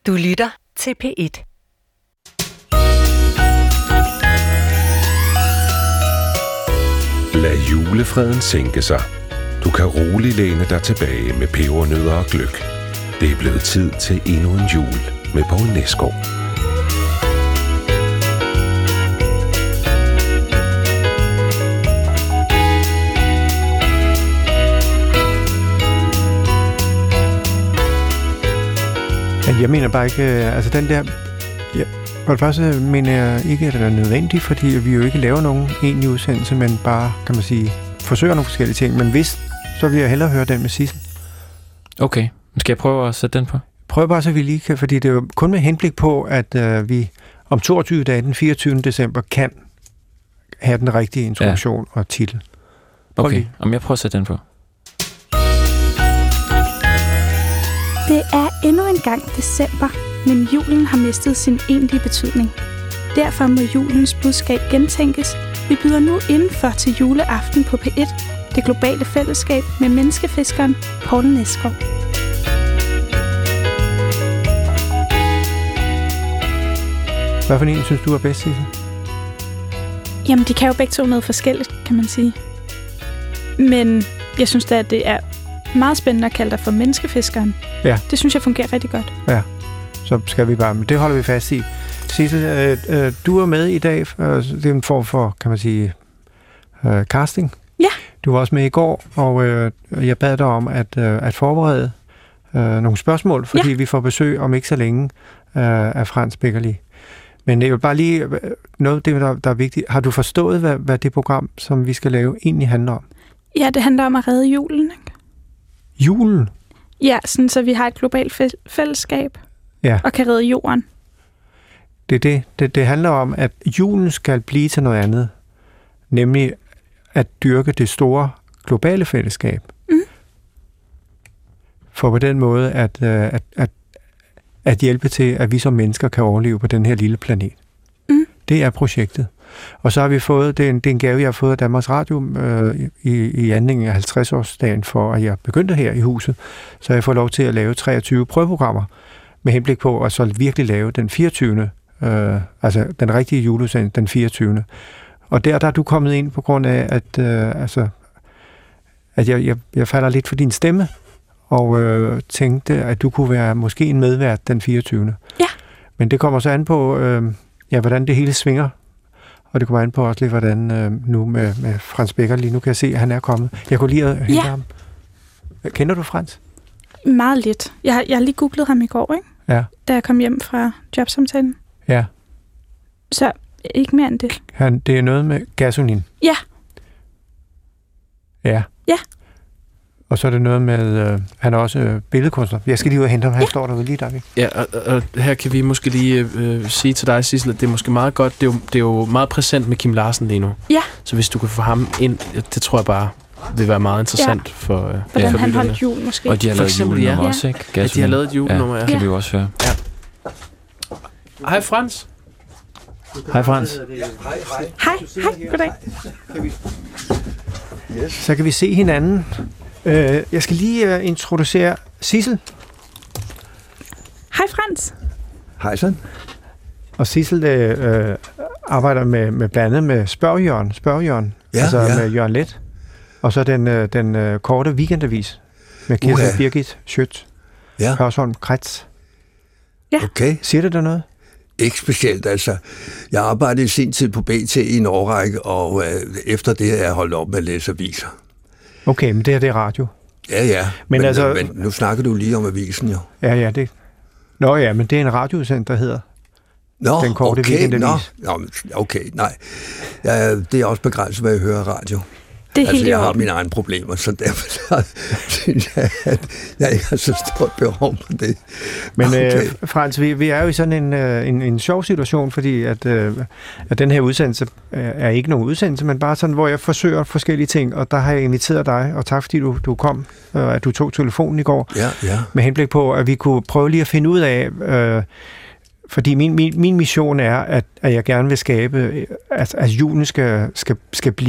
Du lytter til P1. Lad julefreden sænke sig. Du kan roligt læne dig tilbage med pebernødder og gløgg. Det er blevet tid til endnu en jul med Poul Nesgaard. Jeg mener bare ikke, altså den der, for det første mener jeg ikke, at det er nødvendigt, fordi vi jo ikke laver nogen egentlig udsendelse, men bare, kan man sige, forsøger nogle forskellige ting. Men hvis, så vil jeg hellere høre den med Sissel. Okay, skal jeg prøve at sætte den på? Prøv bare, så vi lige kan, fordi det er jo kun med henblik på, at vi om 22 dage, den 24. december, kan have den rigtige introduktion og titel. Okay, om jeg prøver at sætte den på. Det er endnu en gang december, men julen har mistet sin egentlige betydning. Derfor må julens budskab gentænkes. Vi byder nu indenfor til juleaften på P1, det globale fællesskab med menneskefiskeren Poul Nesgaard. Hvad for en synes du er bedst, Sissel? Jamen, de kan jo begge to noget forskelligt, kan man sige. Men jeg synes da, at det er meget spændende at kalde dig for menneskefiskeren. Ja. Det synes jeg fungerer rigtig godt. Ja, så skal vi bare, men det holder vi fast i. Sissel, du er med i dag, det er en form for, kan man sige, casting. Ja. Du var også med i går, og jeg bad dig om at forberede nogle spørgsmål, fordi vi får besøg om ikke så længe af Frans Beckerli. Men det er jo bare lige noget, der er vigtigt. Har du forstået, hvad det program, som vi skal lave, egentlig handler om? Ja, det handler om at redde julen, ikke? Julen? Ja, sådan, så vi har et globalt fællesskab og kan redde jorden. Det handler om, at julen skal blive til noget andet, nemlig at dyrke det store globale fællesskab. Mm. For på den måde at hjælpe til, at vi som mennesker kan overleve på den her lille planet. Mm. Det er projektet. Og så har vi fået, det er en gave, jeg har fået af Danmarks Radio i anledning af 50-årsdagen for, at jeg begyndte her i huset. Så jeg får lov til at lave 23 prøveprogrammer med henblik på at så virkelig lave den 24. Altså den rigtige juleudsendelse, den 24. Og der er du kommet ind på grund af, at jeg falder lidt for din stemme, og tænkte, at du kunne være måske en medvært den 24. Ja. Men det kommer så an på, hvordan det hele svinger. Og det kommer an på også lidt, hvordan nu med Frans Beckerli. Nu kan jeg se, at han er kommet. Jeg kunne lige hente ham. Kender du Frans? Meget lidt. Jeg har lige googlet ham i går, ikke? Ja. Da jeg kom hjem fra jobsamtalen. Ja. Så ikke mere end det. Det er noget med gasolin. Ja. Ja. Ja. Og så er det noget med, han er også billedkunstner. Jeg skal lige ud og hente ham, han står derude lige der. Ja, og her kan vi måske lige sige til dig, Sissel, at det er måske meget godt, det er jo meget præsent med Kim Larsen lige nu. Ja. Så hvis du kan få ham ind, det tror jeg bare vil være meget interessant for hvordan han holdt jul måske. Og de har lavet julenummer også, ikke? Ja, de har lavet et julenummer, ja. Kan vi jo også høre. Ja. Hej Frans. Hej Frans. Hej, goddag. Yes. Så kan vi se hinanden. Jeg skal lige introducere Sissel. Hej Frans. Hej sådan. Og Sissel arbejder med blandt andet med Spørgjørn, med Jørgen Leth. Og så den korte weekendavis med Kirsten Birgit Schøtz. Ja. Hørsholm Kretz. Ja. Okay. Siger det der noget? Ikke specielt, altså. Jeg arbejdede i sin tid på BT i en årrække, og efter det er jeg holdt op med at læse aviser. Okay, men det her, det er radio. Ja. Men nu snakker du lige om avisen, jo. Ja, det. Nå ja, men det er en radioudsendelse, der hedder Den korte weekendavis. Okay, nej. Ja, det er også begrænset, hvad jeg hører radio. Jeg har mine egne problemer, så derfor synes jeg, at jeg ikke har så stort behov for det. Men Frans, vi er jo i sådan en sjov situation, fordi at den her udsendelse er ikke nogen udsendelse, men bare sådan, hvor jeg forsøger forskellige ting, og der har jeg inviteret dig, og tak fordi du kom, at du tog telefonen i går, med henblik på, at vi kunne prøve lige at finde ud af, fordi min mission er, at jeg gerne vil skabe, at julen skal blive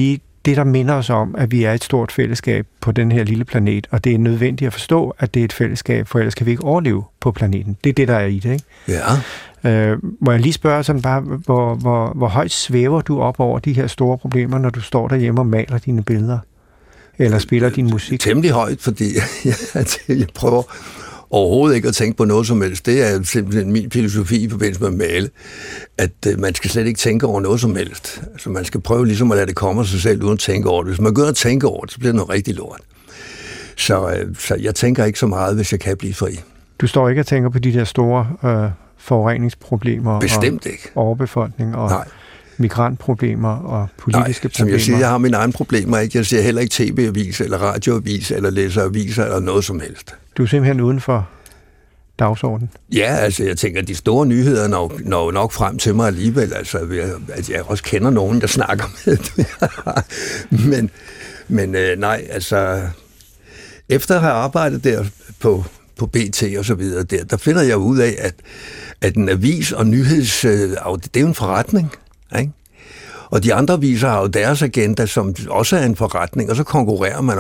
det, der minder os om, at vi er et stort fællesskab på den her lille planet, og det er nødvendigt at forstå, at det er et fællesskab, for ellers kan vi ikke overleve på planeten. Det er det, der er i det, ikke? Ja. Må jeg lige spørge sådan bare, hvor højt svæver du op over de her store problemer, når du står derhjemme og maler dine billeder? Eller spiller din musik? Temmelig højt, fordi jeg prøver overhovedet ikke at tænke på noget som helst. Det er simpelthen min filosofi i forbindelse med at male, at man skal slet ikke tænke over noget som helst. Altså man skal prøve ligesom at lade det komme af sig selv, uden at tænke over det. Hvis man begynder at tænke over det, så bliver det noget rigtig lort. Så jeg tænker ikke så meget, hvis jeg kan blive fri. Du står ikke og tænker på de der store forureningsproblemer? Bestemt ikke. Og overbefolkning og migrantproblemer og politiske problemer? Som jeg siger, jeg har mine egne problemer. Ikke? Jeg ser heller ikke tv-avis eller radioavis eller læser aviser eller noget som helst. Du er simpelthen uden for dagsordenen? Ja, altså jeg tænker, at de store nyheder når nok frem til mig alligevel. Altså, at jeg også kender nogen, der snakker med. men nej, altså efter at have arbejdet der på BT og så videre, der finder jeg ud af, at en avis og nyheds, det er jo en forretning, ikke? Og de andre aviser har jo deres agenda, som også er en forretning, og så konkurrerer man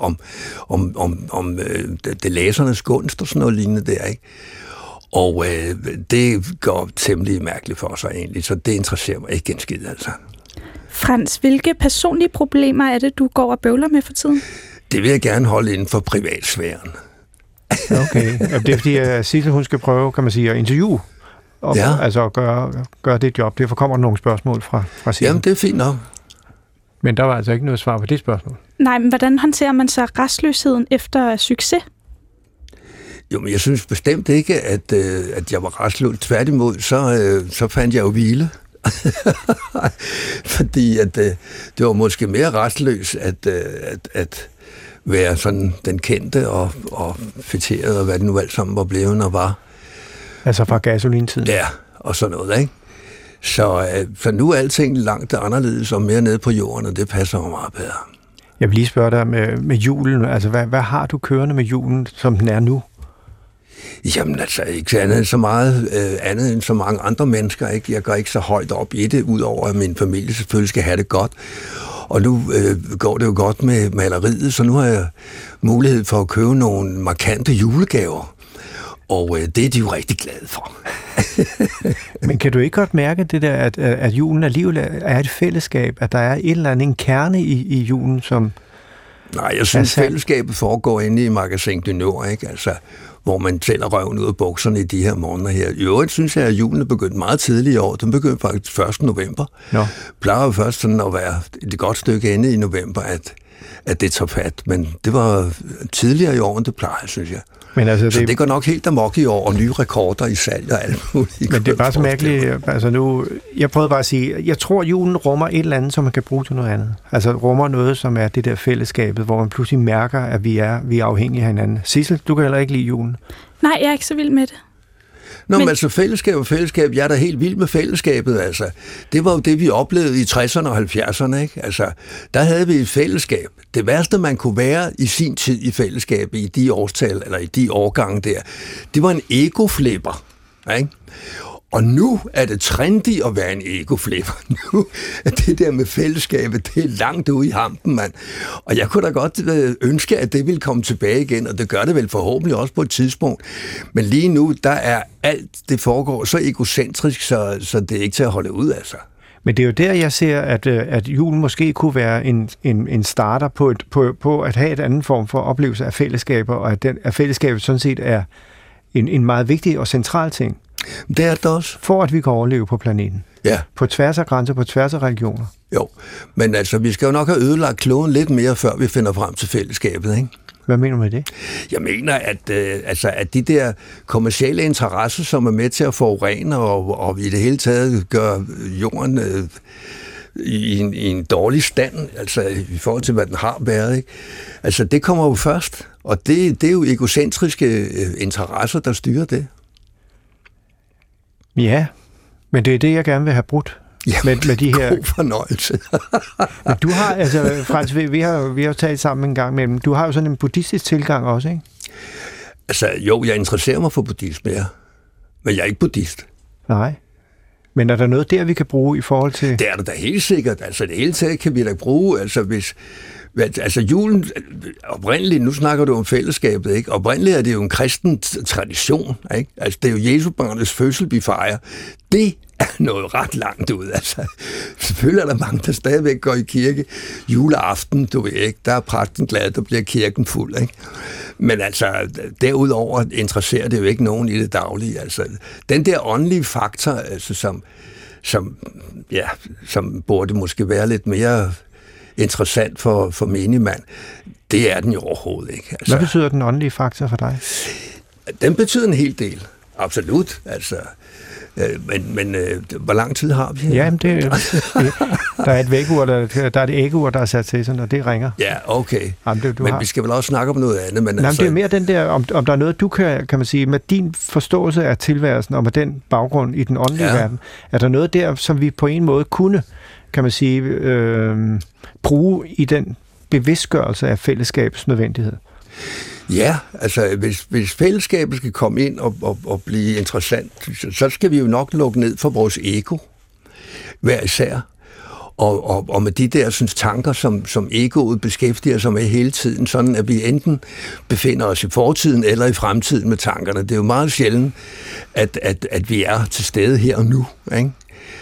om det læsernes gunst og sådan noget lignende der, ikke? Og det går temmelig mærkeligt for sig egentlig, så det interesserer mig ikke en skid, altså. Frans, hvilke personlige problemer er det, du går og bøvler med for tiden? Det vil jeg gerne holde inden for privatsfæren. Okay, det er fordi Sissel, hun skal prøve, kan man sige, at interviewe og altså gøre det job. Derfor kommer der nogle spørgsmål fra Sissel. Jamen, det er fint nok. Men der var altså ikke noget svar på det spørgsmål. Nej, men hvordan håndterer man så rastløsheden efter succes? Jo, men jeg synes bestemt ikke, at jeg var rastløs. Tværtimod, så fandt jeg jo hvile. Fordi at det var måske mere rastløs at være sådan den kendte og fætteret, og hvad det nu alt sammen var blevet og var. Altså fra gasolintiden? Ja, og sådan noget, ikke? Så nu er alting langt anderledes og mere nede på jorden, og det passer mig meget bedre. Jeg vil lige spørge dig med julen. Altså, hvad har du kørende med julen, som den er nu? Jamen altså, ikke andet end så meget andet end så mange andre mennesker, ikke? Jeg går ikke så højt op i det, udover at min familie selvfølgelig skal have det godt. Og nu går det jo godt med maleriet, så nu har jeg mulighed for at købe nogle markante julegaver. Og det er de jo rigtig glade for. Men kan du ikke godt mærke det der, at julen alligevel er et fællesskab, at der er et eller andet en kerne i julen, som... Nej, jeg synes, fællesskabet foregår inde i Magasin du Nord, ikke? Altså, hvor man tæller røven ud af bukserne i de her måneder her. I øvrigt synes jeg, at julen er begyndt meget tidligt i år. Den begyndte faktisk 1. november. Nå. Plejer jo først sådan at være et godt stykke inde i november, at det tager fat. Men det var tidligere i år, end det plejer, synes jeg. Men altså, så det går nok helt amok i år, og nye rekorder i salg og alt muligt. Men det er bare så mærkeligt. Altså nu, jeg prøvede bare at sige, jeg tror, at julen rummer et eller andet, som man kan bruge til noget andet. Altså rummer noget, som er det der fællesskabet, hvor man pludselig mærker, at vi er afhængige af hinanden. Sissel, du kan heller ikke lide julen. Nej, jeg er ikke så vild med det. Men altså fællesskab, jeg er da helt vild med fællesskabet, altså. Det var jo det, vi oplevede i 60'erne og 70'erne, ikke? Altså, der havde vi et fællesskab. Det værste, man kunne være i sin tid i fællesskabet, i de årstal, eller i de årgange der, det var en egoflipper, ikke? Og nu er det trendy at være en egoflipper. Nu er det der med fællesskabet, det er langt ude i hampen, mand. Og jeg kunne da godt ønske, at det ville komme tilbage igen, og det gør det vel forhåbentlig også på et tidspunkt. Men lige nu, der er alt, det foregår så egocentrisk, så det er ikke til at holde ud, altså. Men det er jo der, jeg ser, at julen måske kunne være en starter på at have et anden form for oplevelse af fællesskaber, og at fællesskabet sådan set er en meget vigtig og central ting. Det er det også. For at vi kan overleve på planeten. Ja. På tværs af grænser, på tværs af religioner. Jo, men altså, vi skal jo nok have ødelagt kloden lidt mere, før vi finder frem til fællesskabet, ikke? Hvad mener du med det? Jeg mener, at de der kommercielle interesser, som er med til at forurene og i det hele taget gøre jorden i en dårlig stand, altså i forhold til, hvad den har været, ikke? Altså, det kommer jo først, og det er jo egocentriske interesser, der styrer det. Ja, men det er det, jeg gerne vil have brudt. Jamen, med de her... god fornøjelse. Men du har, altså Frans, vi har talt sammen en gang mellem. Du har jo sådan en buddhistisk tilgang også, ikke? Altså, jo, jeg interesserer mig for buddhisme, ja. Men jeg er ikke buddhist. Nej. Men er der noget der, vi kan bruge i forhold til... Det er der da helt sikkert. Altså det hele taget kan vi da bruge, altså julen, oprindeligt, nu snakker du om fællesskabet, ikke? Oprindeligt er det jo en kristen tradition, ikke? Altså det er jo Jesu barnets fødsel, vi fejrer. Det er noget ret langt ud, altså. Selvfølgelig er der mange, der stadigvæk går i kirke juleaften, du ved ikke, der er præsten glad, der bliver kirken fuld, ikke? Men altså, derudover interesserer det jo ikke nogen i det daglige, altså. Den der åndelige faktor, altså, som burde måske være lidt mere interessant for menigmand, det er den jo overhovedet ikke. Altså, hvad betyder den åndelige faktor for dig? Den betyder en hel del, absolut, altså. Men hvor lang tid har vi? Ja, der er et vækkeur, der er et æggeur, der er sat til, og det ringer. Ja, okay. Jamen, men vi skal vel også snakke om noget andet. Men altså, det er mere den der, om der er noget, du kan man sige, med din forståelse af tilværelsen, og med den baggrund i den åndelige verden, er der noget der, som vi på en måde kunne, kan man sige, bruge i den bevidstgørelse af fællesskabets nødvendighed? Ja, altså hvis fællesskabet skal komme ind og blive interessant, så skal vi jo nok lukke ned for vores ego, hver især. Og med de der tanker, som egoet beskæftiger sig med hele tiden, sådan at vi enten befinder os i fortiden eller i fremtiden med tankerne. Det er jo meget sjældent, at vi er til stede her og nu, ikke?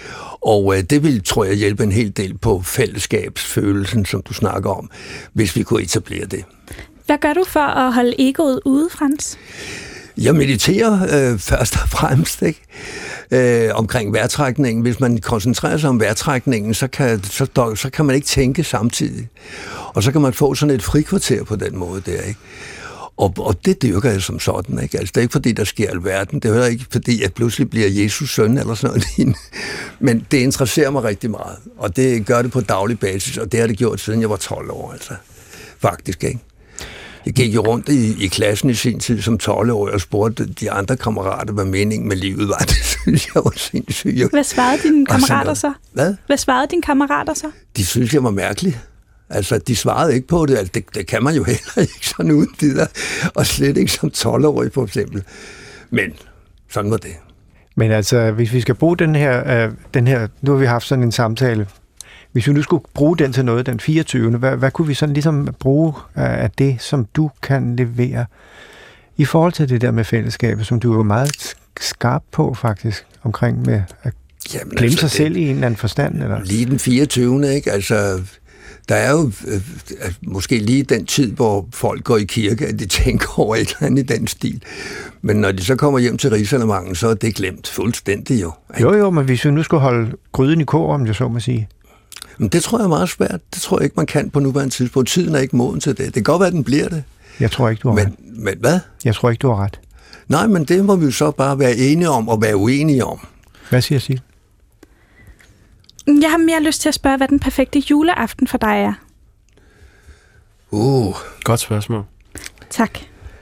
Og det vil, tror jeg, hjælpe en hel del på fællesskabsfølelsen, som du snakker om, hvis vi kunne etablere det. Hvad gør du for at holde egoet ude, Frans? Jeg mediterer først og fremmest, ikke? Omkring vejrtrækningen. Hvis man koncentrerer sig om vejrtrækningen, så kan man ikke tænke samtidig. Og så kan man få sådan et frikvarter på den måde der, ikke? Og det dyrker jeg som sådan, ikke? Altså, det er ikke fordi, der sker alverden. Det er heller ikke fordi, jeg pludselig bliver Jesus søn eller sådan noget. Men det interesserer mig rigtig meget. Og det gør det på daglig basis, og det har det gjort, siden jeg var 12 år, altså. Faktisk, ikke? Jeg gik jo rundt i klassen i sin tid som 12-årig og spurgte de andre kammerater, hvad meningen med livet var. Det synes jeg var sindssygt. Hvad svarede dine kammerater så? Hvad? Hvad svarede dine kammerater så? De synes jeg var mærkelig. Altså, de svarede ikke på det. Altså, det kan man jo heller ikke sådan uden videre. Og slet ikke som 12-årig, for eksempel. Men sådan var det. Men altså, hvis vi skal bruge den her, nu har vi haft sådan en samtale. Hvis vi nu skulle bruge den til noget den 24. Hvad kunne vi sådan ligesom bruge af det, som du kan levere i forhold til det der med fællesskabet, som du er meget skarp på faktisk, omkring med at glemme sig selv i en eller anden forstand? Eller? Lige den 24. ikke? Altså, der er jo måske lige den tid, hvor folk går i kirke, at de tænker over et eller andet i den stil. Men når de så kommer hjem til Rigsalermangen, så er det glemt fuldstændig jo. Ikke? Jo, men hvis vi nu skulle holde gryden i kor, om jeg så må sige. Men det tror jeg er meget svært. Det tror jeg ikke, man kan på nuværende tidspunkt. Tiden er ikke moden til det. Det kan godt være, at den bliver det. Jeg tror ikke, du har ret. Men hvad? Jeg tror ikke, du har ret. Nej, men det må vi jo så bare være enige om og være uenige om. Hvad siger Signe? Jeg har mere lyst til at spørge, hvad den perfekte juleaften for dig er. Godt spørgsmål. Tak.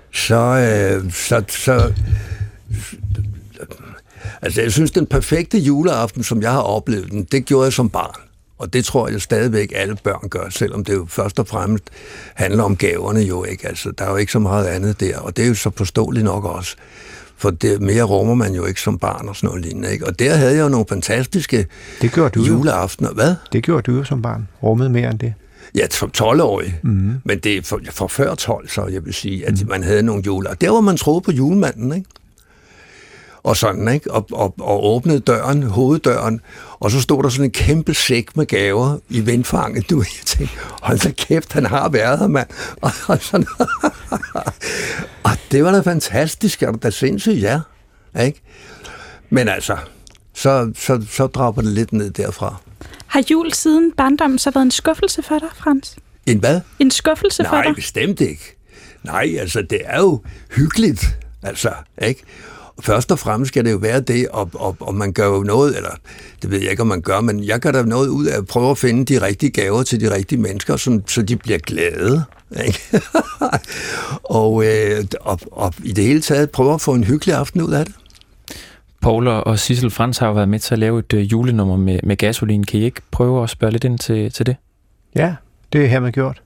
Altså, jeg synes, den perfekte juleaften, som jeg har oplevet den, det gjorde jeg som barn. Og det tror jeg stadigvæk alle børn gør, selvom det jo først og fremmest handler om gaverne jo ikke. Altså, der er jo ikke så meget andet der, og det er jo så forståeligt nok også. For det mere rummer man jo ikke som barn og sådan noget lignende, ikke? Og der havde jeg jo nogle fantastiske juleaftener. Hvad? Det gjorde du jo som barn. Rummede mere end det. Ja, som 12-årig. Mm-hmm. Men det er for før 12, så jeg vil sige, at man havde nogle juler. Der var man troede på julemanden, ikke? Og sådan, ikke? Og åbnede døren, hoveddøren, og så stod der sådan en kæmpe sæk med gaver i vindfanget. Du, jeg tænkte, hold da kæft, han har været her, mand. Og sådan. Og det var da fantastisk, og da sindssygt, ja. Ikke? Men altså, så dropper det lidt ned derfra. Har jul siden barndommen så været en skuffelse for dig, Frans? En hvad? En skuffelse for dig? Nej, bestemt ikke. Nej, altså, det er jo hyggeligt, altså, ikke? Først og fremmest skal det jo være det, og man gør jo noget, eller det ved jeg ikke, om man gør, men jeg gør da noget ud af at prøve at finde de rigtige gaver til de rigtige mennesker, så de bliver glade. Ikke? og i det hele taget prøve at få en hyggelig aften ud af det. Poul og Sissel, Frans har jo været med til at lave et julenummer med Gasolin. Kan I ikke prøve at spørge lidt ind til det? Ja, det er hermed gjort.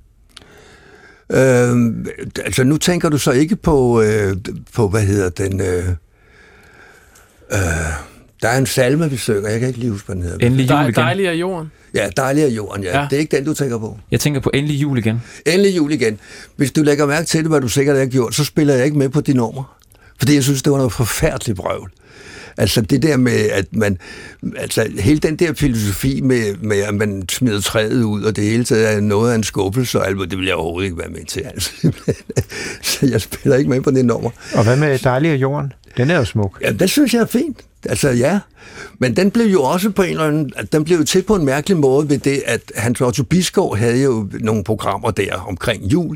Altså nu tænker du så ikke på hvad hedder den Der er en salme, vi synger. Jeg kan ikke lige huske, hvad den hedder. Endelig jul igen. Dejlig er jorden. Ja, dejlig er jorden, ja. Det er ikke den, du tænker på. Jeg tænker på Endelig jul igen. Endelig jul igen. Hvis du lægger mærke til det, hvad du sikkert har gjort, så spiller jeg ikke med på de nummer. Fordi jeg synes, det var noget forfærdeligt vrøvl. Altså det der med, at man... Altså hele den der filosofi med at man smider træet ud, og det hele taget er noget af en skuffelse, og alt, det vil jeg overhovedet ikke være med til. Altså. Så jeg spiller ikke med på det nummer. Og hvad med Dejlig er jorden? Den er jo smuk. Ja, det synes jeg er fint. Altså ja, men den blev jo også på en eller anden, den blev jo til på en mærkelig måde ved det, at Hans Otto Bisgaard havde jo nogle programmer der omkring jul,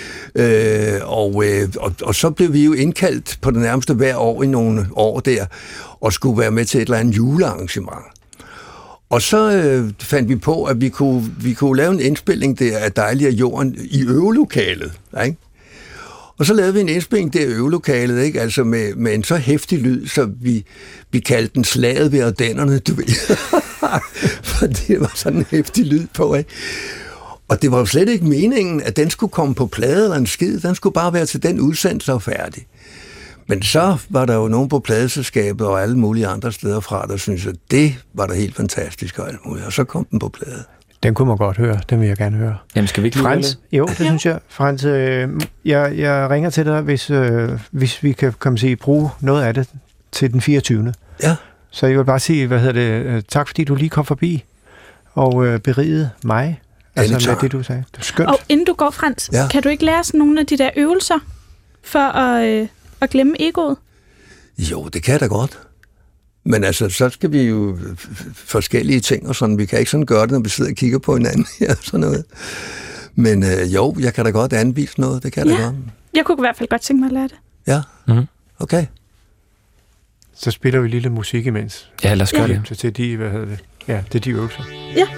og så blev vi jo indkaldt på det nærmeste hver år i nogle år der, og skulle være med til et eller andet julearrangement. Og så fandt vi på, at vi kunne lave en indspilning der af Dejlig er jorden i øvelokalet, ikke? Og så lavede vi en indspilning der i øvelokalet, ikke? Altså med en så heftig lyd, så vi kaldte den Slaget ved Ardennerne, du ved. Fordi det var sådan en heftig lyd på, ikke? Og det var jo slet ikke meningen, at den skulle komme på plade eller en skid. Den skulle bare være til den udsendelse og færdig. Men så var der jo nogen på pladeselskabet og alle mulige andre steder fra, der syntes, at det var da helt fantastisk og alt muligt. Og så kom den på plade. Den kunne man godt høre. Den vil jeg gerne høre. Jamen, skal vi ikke Frans? Jo, det synes jeg. Frans, jeg ringer til dig, hvis vi kan bruge noget af det til den 24. Ja. Så jeg vil bare sige, tak fordi du lige kom forbi og berigede mig. Altså med det, du sagde. Det er skønt. Og inden du går, Frans, kan du ikke lære sådan nogle af de der øvelser for at glemme egoet? Jo, det kan jeg da godt. Men altså, så skal vi jo forskellige ting og sådan. Vi kan ikke sådan gøre det, når vi sidder og kigger på hinanden her og sådan noget. Men jo, jeg kan da godt anvise noget. Det kan jeg da godt. Jeg kunne i hvert fald godt tænke mig at lære det. Ja, okay. Så spiller vi lille musik imens. Ja, lad os gøre det. Til de, det er de øvelser. Ja.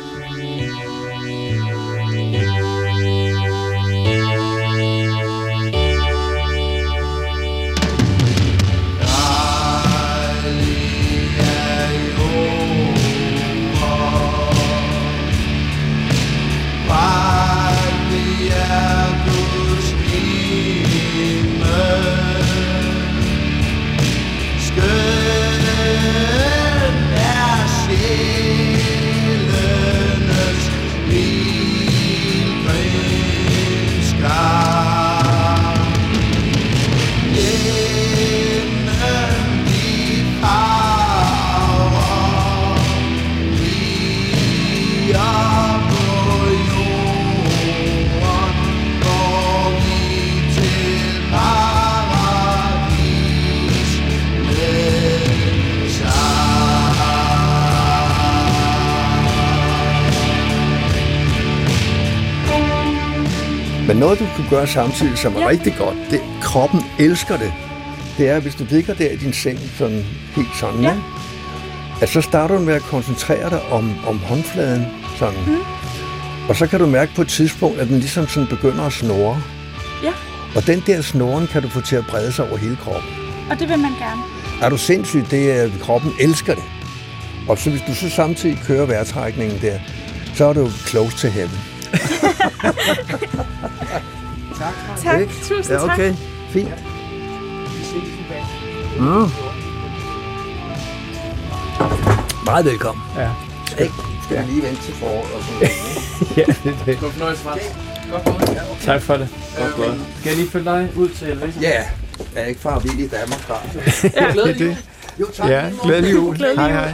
Men noget, du kunne gøre samtidig, som er rigtig godt, det kroppen elsker det, det er, hvis du ligger der i din seng, sådan helt sådan, ikke? At så starter du med at koncentrere dig om håndfladen, sådan. Og så kan du mærke på et tidspunkt, at den ligesom sådan begynder at snurre. Ja. Og den der snoren kan du få til at brede sig over hele kroppen. Og det vil man gerne. Er du sindssyg, det er, kroppen elsker det. Og så hvis du så samtidig kører vejrtrækningen der, så er du close to heaven. Tak. Tusind tak. Ja, okay. Fint. Meget velkommen. Ja. Ikke? Skal jeg lige vente til foråret og sådan noget? Ja, det er det. God fornøjelse, Frans. Godt gået. Ja, okay. Tak for det. Godt gået. Skal jeg lige følge dig ud til Elvise? Ja, jeg er ikke far vild i Danmark fra. Ja, glædelig jul. Jo, tak. Ja, glædelig jul. Hej.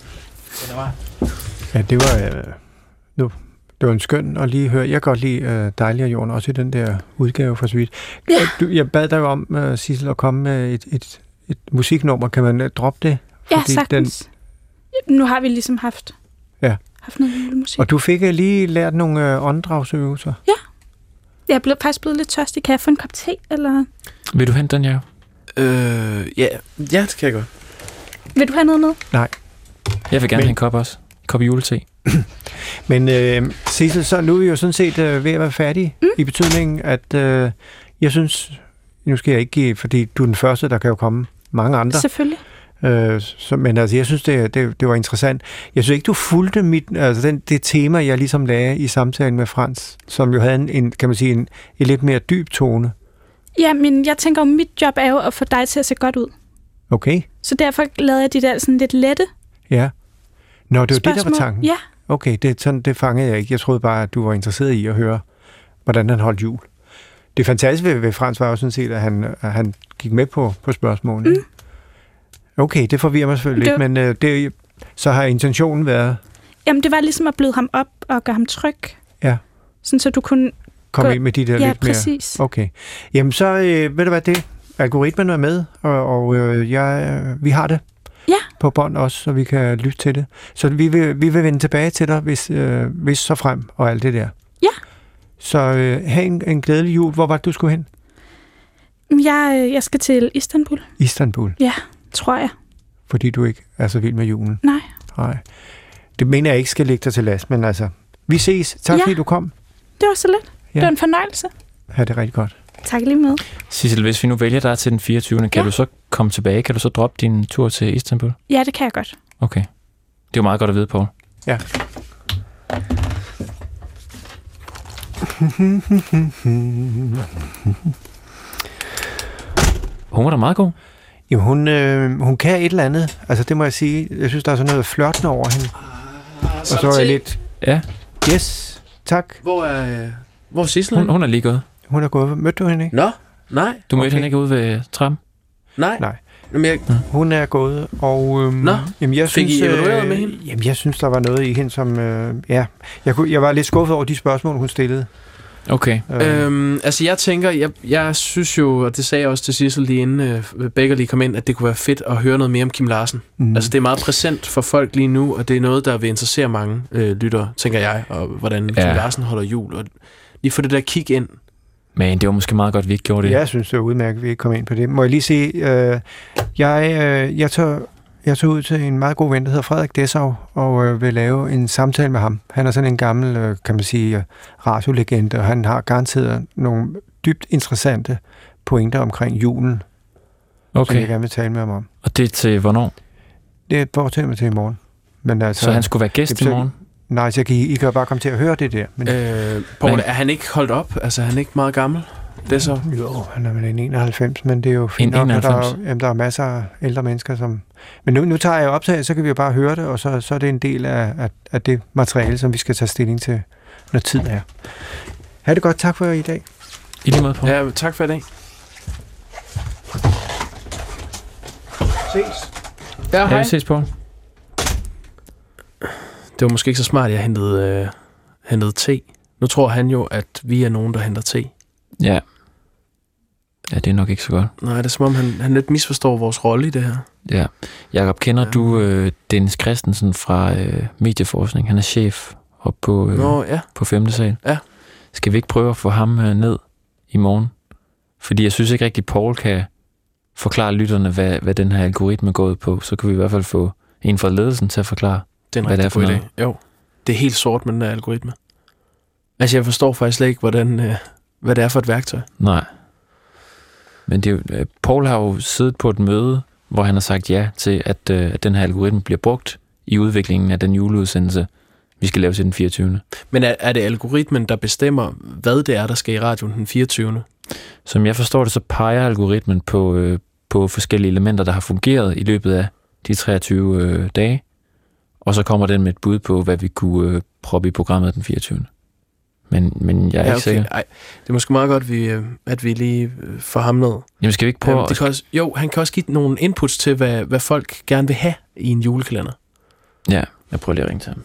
Ja, det var... Det var en skøn at lige høre. Jeg kan godt lide Dejlig er jorden, også i den der udgave for så vidt. Ja. Jeg bad dig om, Sissel, at komme med et musiknummer. Kan man droppe det? Ja, sagtens. Nu har vi ligesom haft noget julemusik. Og du fik lige lært nogle åndedragsøvelser. Ja. Jeg er faktisk blevet lidt tørstig. Kan jeg få en kop te, eller? Vil du hente den, Jacob? Ja, det kan jeg godt. Vil du have noget med? Nej. Jeg vil gerne have en kop også. En kop julete. Men Sissel, så nu er vi jo sådan set ved at være færdige, i betydningen, at jeg synes, nu skal jeg ikke give, fordi du er den første, der kan jo komme mange andre. Selvfølgelig. Men altså, jeg synes, det var interessant. Jeg synes ikke, du fulgte det tema, jeg ligesom lagde i samtalen med Frans, som jo havde en kan man sige, en lidt mere dyb tone. Ja, men jeg tænker jo, mit job er jo at få dig til at se godt ud. Okay. Så derfor lavede jeg de der sådan lidt lette Ja. Nå, det var spørgsmål. det, der var tanken? Ja. Okay, det fangede jeg ikke. Jeg troede bare, at du var interesseret i at høre, hvordan han holdt jul. Det fantastiske ved Frans var jo sådan set, at han gik med på spørgsmålene. Mm. Okay, det forvirrer mig selvfølgelig lidt, men så har intentionen været... Jamen, det var ligesom at bløde ham op og gøre ham tryg. Ja. Sådan, så du kunne... Komme ind med de der lidt mere... Ja, præcis. Okay. Jamen, så ved du hvad det? Algoritmen er med, og vi har det på bånd også, så vi kan lytte til det. Så vi vil vende tilbage til dig, hvis så frem og alt det der. Ja. Så have en glædelig jul. Hvor var det, du skulle hen? Jeg skal til Istanbul. Istanbul? Ja, tror jeg. Fordi du ikke er så vild med julen? Nej. Det mener jeg ikke skal lægge dig til last, men altså, vi ses. Tak fordi du kom. Det var så lidt. Ja. Det var en fornøjelse. Ha' det rigtig godt. Tak lige med. Sissel, hvis vi nu vælger dig til den 24. Kan du så komme tilbage? Kan du så droppe din tur til Istanbul? Ja, det kan jeg godt. Okay. Det er jo meget godt at vide, Poul. Ja. Hun var da meget god. Jamen, hun kan et eller andet. Altså, det må jeg sige. Jeg synes, der er sådan noget flørtende over hende. Og så er jeg lidt... Ja. Yes, tak. Hvor er Sissel? Hun er lige gået. Hun er gået. Mødte du hende ikke? Nå, nej. Du mødte hende ikke ude ved trappen? Nej. Hun er gået, og jamen, jeg fik synes, I evalueret med hende? Jamen, jeg synes, der var noget i hende, som... Jeg var lidt skuffet over de spørgsmål, hun stillede. Okay. Altså, jeg tænker, jeg synes jo, og det sagde jeg også til Sissel lige inden Becker lige kom ind, at det kunne være fedt at høre noget mere om Kim Larsen. Altså, det er meget præsent for folk lige nu, og det er noget, der vil interessere mange lyttere, tænker jeg, og hvordan Kim Larsen holder jul, og lige få det der kig ind. Men det var måske meget godt, vi ikke gjorde det. Jeg synes, det er udmærket, at vi ikke kom ind på det. Må jeg lige sige, jeg tog ud til en meget god ven, der hedder Frederik Dessau, og vil lave en samtale med ham. Han er sådan en gammel, kan man sige, radiolegende, og han har garanteret nogle dybt interessante pointer omkring julen, som jeg gerne vil tale med ham om. Og det er til hvornår? Det fortæller mig til i morgen. Men altså, så han skulle være gæst i morgen? Nej, så I kan bare komme til at høre det der. Men, Poul, er han ikke holdt op? Altså, er han ikke meget gammel? Det er så... Jo, han er vel en 91, men det er jo fint nok, at der er masser af ældre mennesker, som... Men nu tager jeg optaget, så kan vi jo bare høre det, og så er det en del af det materiale, som vi skal tage stilling til, når tid er. Ha' det godt. Tak for i dag. I lige måde, Poul. Ja, tak for i dag. Ses. Ja, hej. Vi ses, Poul. Det var måske ikke så smart, at jeg hentede te. Nu tror han jo, at vi er nogen, der henter te. Ja. Ja, det er nok ikke så godt. Nej, det er som om, han lidt misforstår vores rolle i det her. Ja. Jakob, kender du Dennis Christensen fra Medieforskning? Han er chef oppe på 5. sal. Ja. Skal vi ikke prøve at få ham ned i morgen? Fordi jeg synes ikke rigtig, Poul kan forklare lytterne, hvad den her algoritme går ud på. Så kan vi i hvert fald få en fra ledelsen til at forklare, hvad det er for noget. Jo, det er helt sort med den der algoritme. Altså, jeg forstår faktisk slet ikke, hvad det er for et værktøj. Nej. Men Poul har jo siddet på et møde, hvor han har sagt ja til, at den her algoritme bliver brugt i udviklingen af den juleudsendelse, vi skal lave til den 24. Men er det algoritmen, der bestemmer, hvad det er, der skal i radioen den 24. Som jeg forstår det, så peger algoritmen på forskellige elementer, der har fungeret i løbet af de 23 dage, og så kommer den med et bud på, hvad vi kunne proppe i programmet den 24. Men jeg er ikke sikker. Ej, det er måske meget godt, at vi lige får ham ned. Jamen skal vi ikke prøve han kan også give nogle inputs til, hvad folk gerne vil have i en julekalender. Ja, jeg prøver lige at ringe til ham.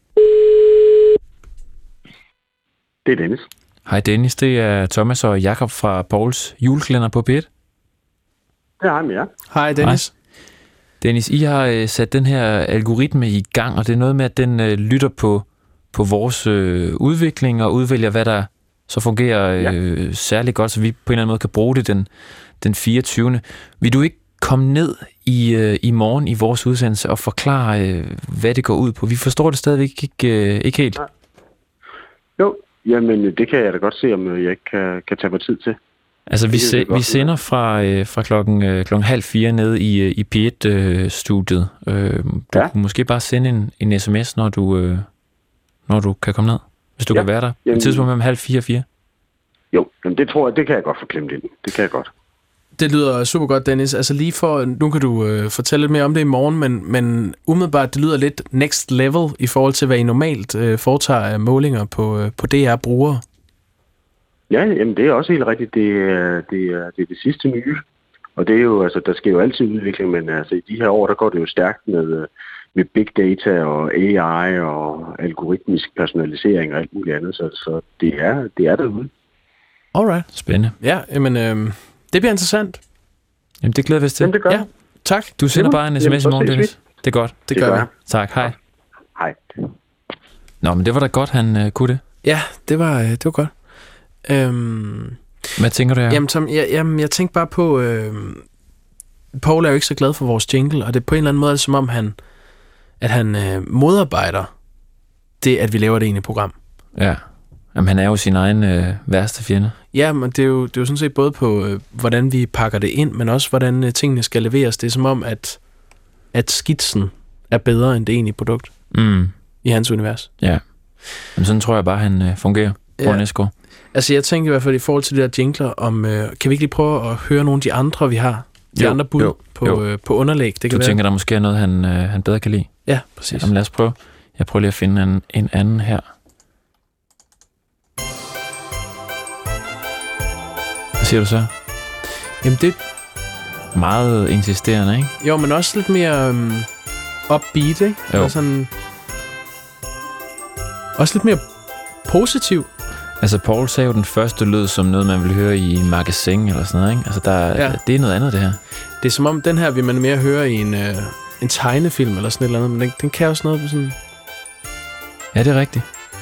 Det er Dennis. Hej Dennis, det er Thomas og Jakob fra Pauls julekalender på P1. Det er ham, ja. Hej Dennis. Hej. Dennis, I har sat den her algoritme i gang, og det er noget med, at den lytter på vores udvikling og udvælger, hvad der så fungerer særlig godt, så vi på en eller anden måde kan bruge det den 24. Vil du ikke komme ned i morgen i vores udsendelse og forklare, hvad det går ud på? Vi forstår det stadigvæk ikke helt. Nej. Jo, jamen det kan jeg da godt se, om jeg ikke kan tage mig tid til. Altså vi sender fra klokken 3:30 nede i P1-studiet. Du kunne måske bare sende en sms, når du kan komme ned, hvis du kan være der. Et tidspunkt mellem 3:30 og 4. Jo, men det tror jeg, det kan jeg godt få klemt ind. Det kan jeg godt. Det lyder super godt, Dennis. Altså lige for, nu kan du fortælle lidt mere om det i morgen, men umiddelbart, det lyder lidt next level i forhold til, hvad I normalt foretager af målinger på DR-brugere. Ja, jamen det er også helt rigtigt. Det er det sidste nye. Og det er jo, altså, der sker jo altid udvikling, men altså i de her år, der går det jo stærkt med big data og AI og algoritmisk personalisering og alt muligt andet, så det er derude. Alright. Spændende. Ja, men det bliver interessant. Jamen, det glæder vi os til. Jamen, det gør Ja, tak. Du sender bare en sms i morgen, Dennis. Det er godt. Det gør vi. Tak, hej. Hej. Nå, men det var da godt, han kunne det. Ja, det var godt. Hvad tænker du her? Jamen, Tom, jeg tænkte bare på... Paul er jo ikke så glad for vores jingle, og det er på en eller anden måde, som om han modarbejder det, at vi laver det ene program. Ja. Jamen, han er jo sin egen værste fjende. Ja, men det er jo sådan set både på, hvordan vi pakker det ind, men også, hvordan tingene skal leveres. Det er som om, at skitsen er bedre end det egentlige produkt i hans univers. Ja. Men sådan tror jeg bare, han fungerer. Næsgaard. Altså, jeg tænker i hvert fald i forhold til det der jingler, kan vi ikke lige prøve at høre nogle af de andre, vi har? Andre bud på underlæg. Det kan tænker, der måske er noget, han bedre kan lide? Ja, præcis. Jamen, lad os prøve. Jeg prøver lige at finde en anden her. Hvad siger du så? Jamen, det... Meget insisterende, ikke? Jo, men også lidt mere upbeat, ikke? Jo. Sådan... Også lidt mere positiv. Altså, Paul sagde jo, den første lyd som noget, man vil høre i en magasin eller sådan noget, ikke? Altså, det er noget andet, det her. Det er som om, den her vil man mere høre i en tegnefilm eller sådan et eller andet, men den kan også noget på sådan... Ja, det er rigtigt.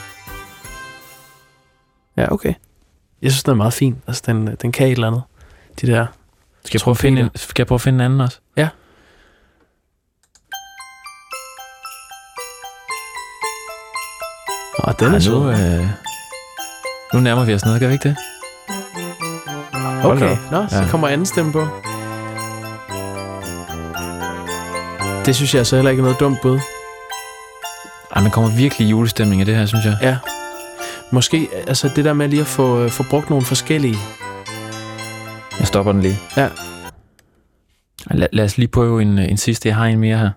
Ja, okay. Jeg synes, den er meget fin. Altså, den kan et eller andet. De der... Skal jeg prøve at finde en anden også? Ja. Den er så... Nu nærmer vi os noget, gør vi ikke det? Okay, så kommer anden stemme på. Det synes jeg så heller ikke er noget dumt bud. Ej, man kommer virkelig julestemning af det her, synes jeg. Ja. Måske, altså det der med lige at få brugt nogle forskellige... Jeg stopper den lige. Ja. Lad os lige prøve en sidste. Jeg har en mere her.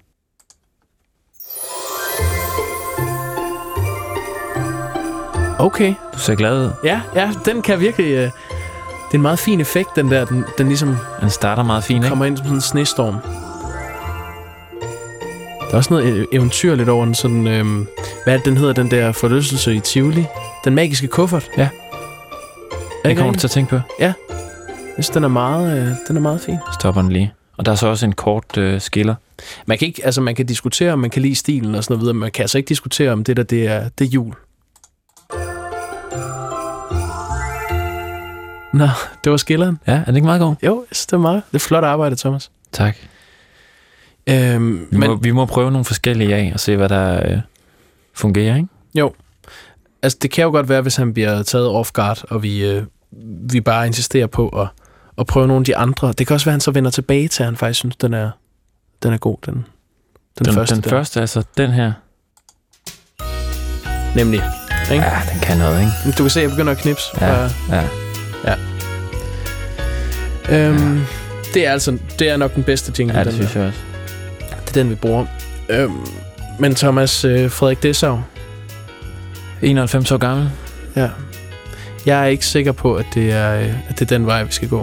Okay. Du ser glad ud. Ja, den kan virkelig... det er en meget fin effekt, den der. Den ligesom... Den starter meget fint, ikke? Kommer ind som sådan en snestorm. Der er også noget eventyrligt over den sådan... hvad er det, den hedder, den der forlystelse i Tivoli? Den magiske kuffert. Ja. Det kommer du til at tænke på. Ja. Jeg synes, den er meget fin. Stopper den lige. Og der er så også en kort skiller. Man kan ikke... Altså, man kan diskutere, om man kan lide stilen og sådan noget videre, men man kan altså ikke diskutere, om det er jul. Nå, det var skilleren. Ja, er det ikke meget god? Jo, det er meget. Det er flot arbejde, Thomas. Tak. Vi må prøve nogle forskellige af og se, hvad der fungerer, ikke? Jo. Altså, det kan jo godt være, hvis han bliver taget off guard, og vi bare insisterer på at prøve nogle af de andre. Det kan også være, at han så vender tilbage til, at han faktisk synes, den er god, den første. Den første, altså den her. Nemlig. Ikke? Ja, den kan noget, ikke? Du kan se, at jeg begynder at knipse. Ja. Det er nok den bedste jingle. Ja, det synes jeg også. Det er den, vi bruger. Men Thomas Frederik Dessau. 91 år gammel. Ja. Jeg er ikke sikker på, at det er den vej, vi skal gå.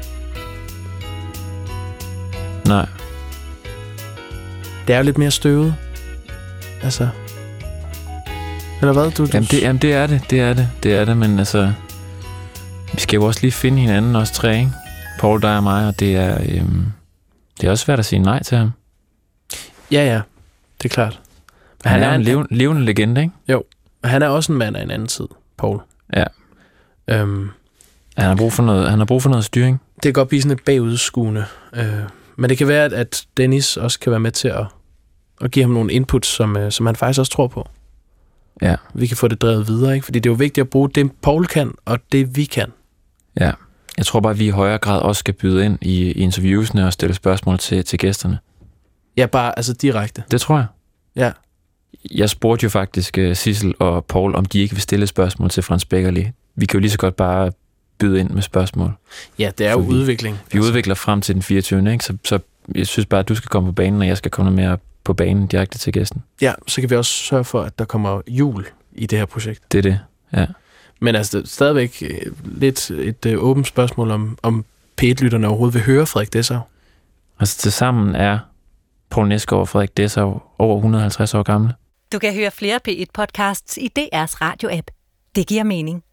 Nej. Det er jo lidt mere støvet. Altså... Eller hvad? Jamen, det er det, men altså... Vi skal jo også lige finde hinanden, os tre, ikke? Paul, dig og mig, og det er også svært at sige nej til ham. Ja, det er klart. Men han er en levende legende, ikke? Jo, og han er også en mand af en anden tid, Paul. Ja. Han har brug for noget styring. Det kan godt blive sådan et bagudskuende. Men det kan være, at Dennis også kan være med til at give ham nogle inputs, som han faktisk også tror på. Ja. Vi kan få det drevet videre, ikke? Fordi det er jo vigtigt at bruge det, Paul kan, og det vi kan. Ja. Jeg tror bare, at vi i højere grad også skal byde ind i interviewsene og stille spørgsmål til gæsterne. Ja, bare altså direkte. Det tror jeg. Ja. Jeg spurgte jo faktisk Sissel og Paul, om de ikke vil stille spørgsmål til Frans Beckerli. Vi kan jo lige så godt bare byde ind med spørgsmål. Ja, det er jo udvikling. Vi udvikler frem til den 24. Ikke? Så jeg synes bare, at du skal komme på banen, og jeg skal komme mere på banen direkte til gæsten. Ja, så kan vi også sørge for, at der kommer jul i det her projekt. Det er det, ja. Men altså, det er stadigvæk lidt et åbent spørgsmål, om P1-lytterne overhovedet vil høre Frederik Dessau. Altså, tilsammen er Poul Nesgaard og Frederik Dessau over 150 år gamle. Du kan høre flere P1-podcasts i DR's radio-app. Det giver mening.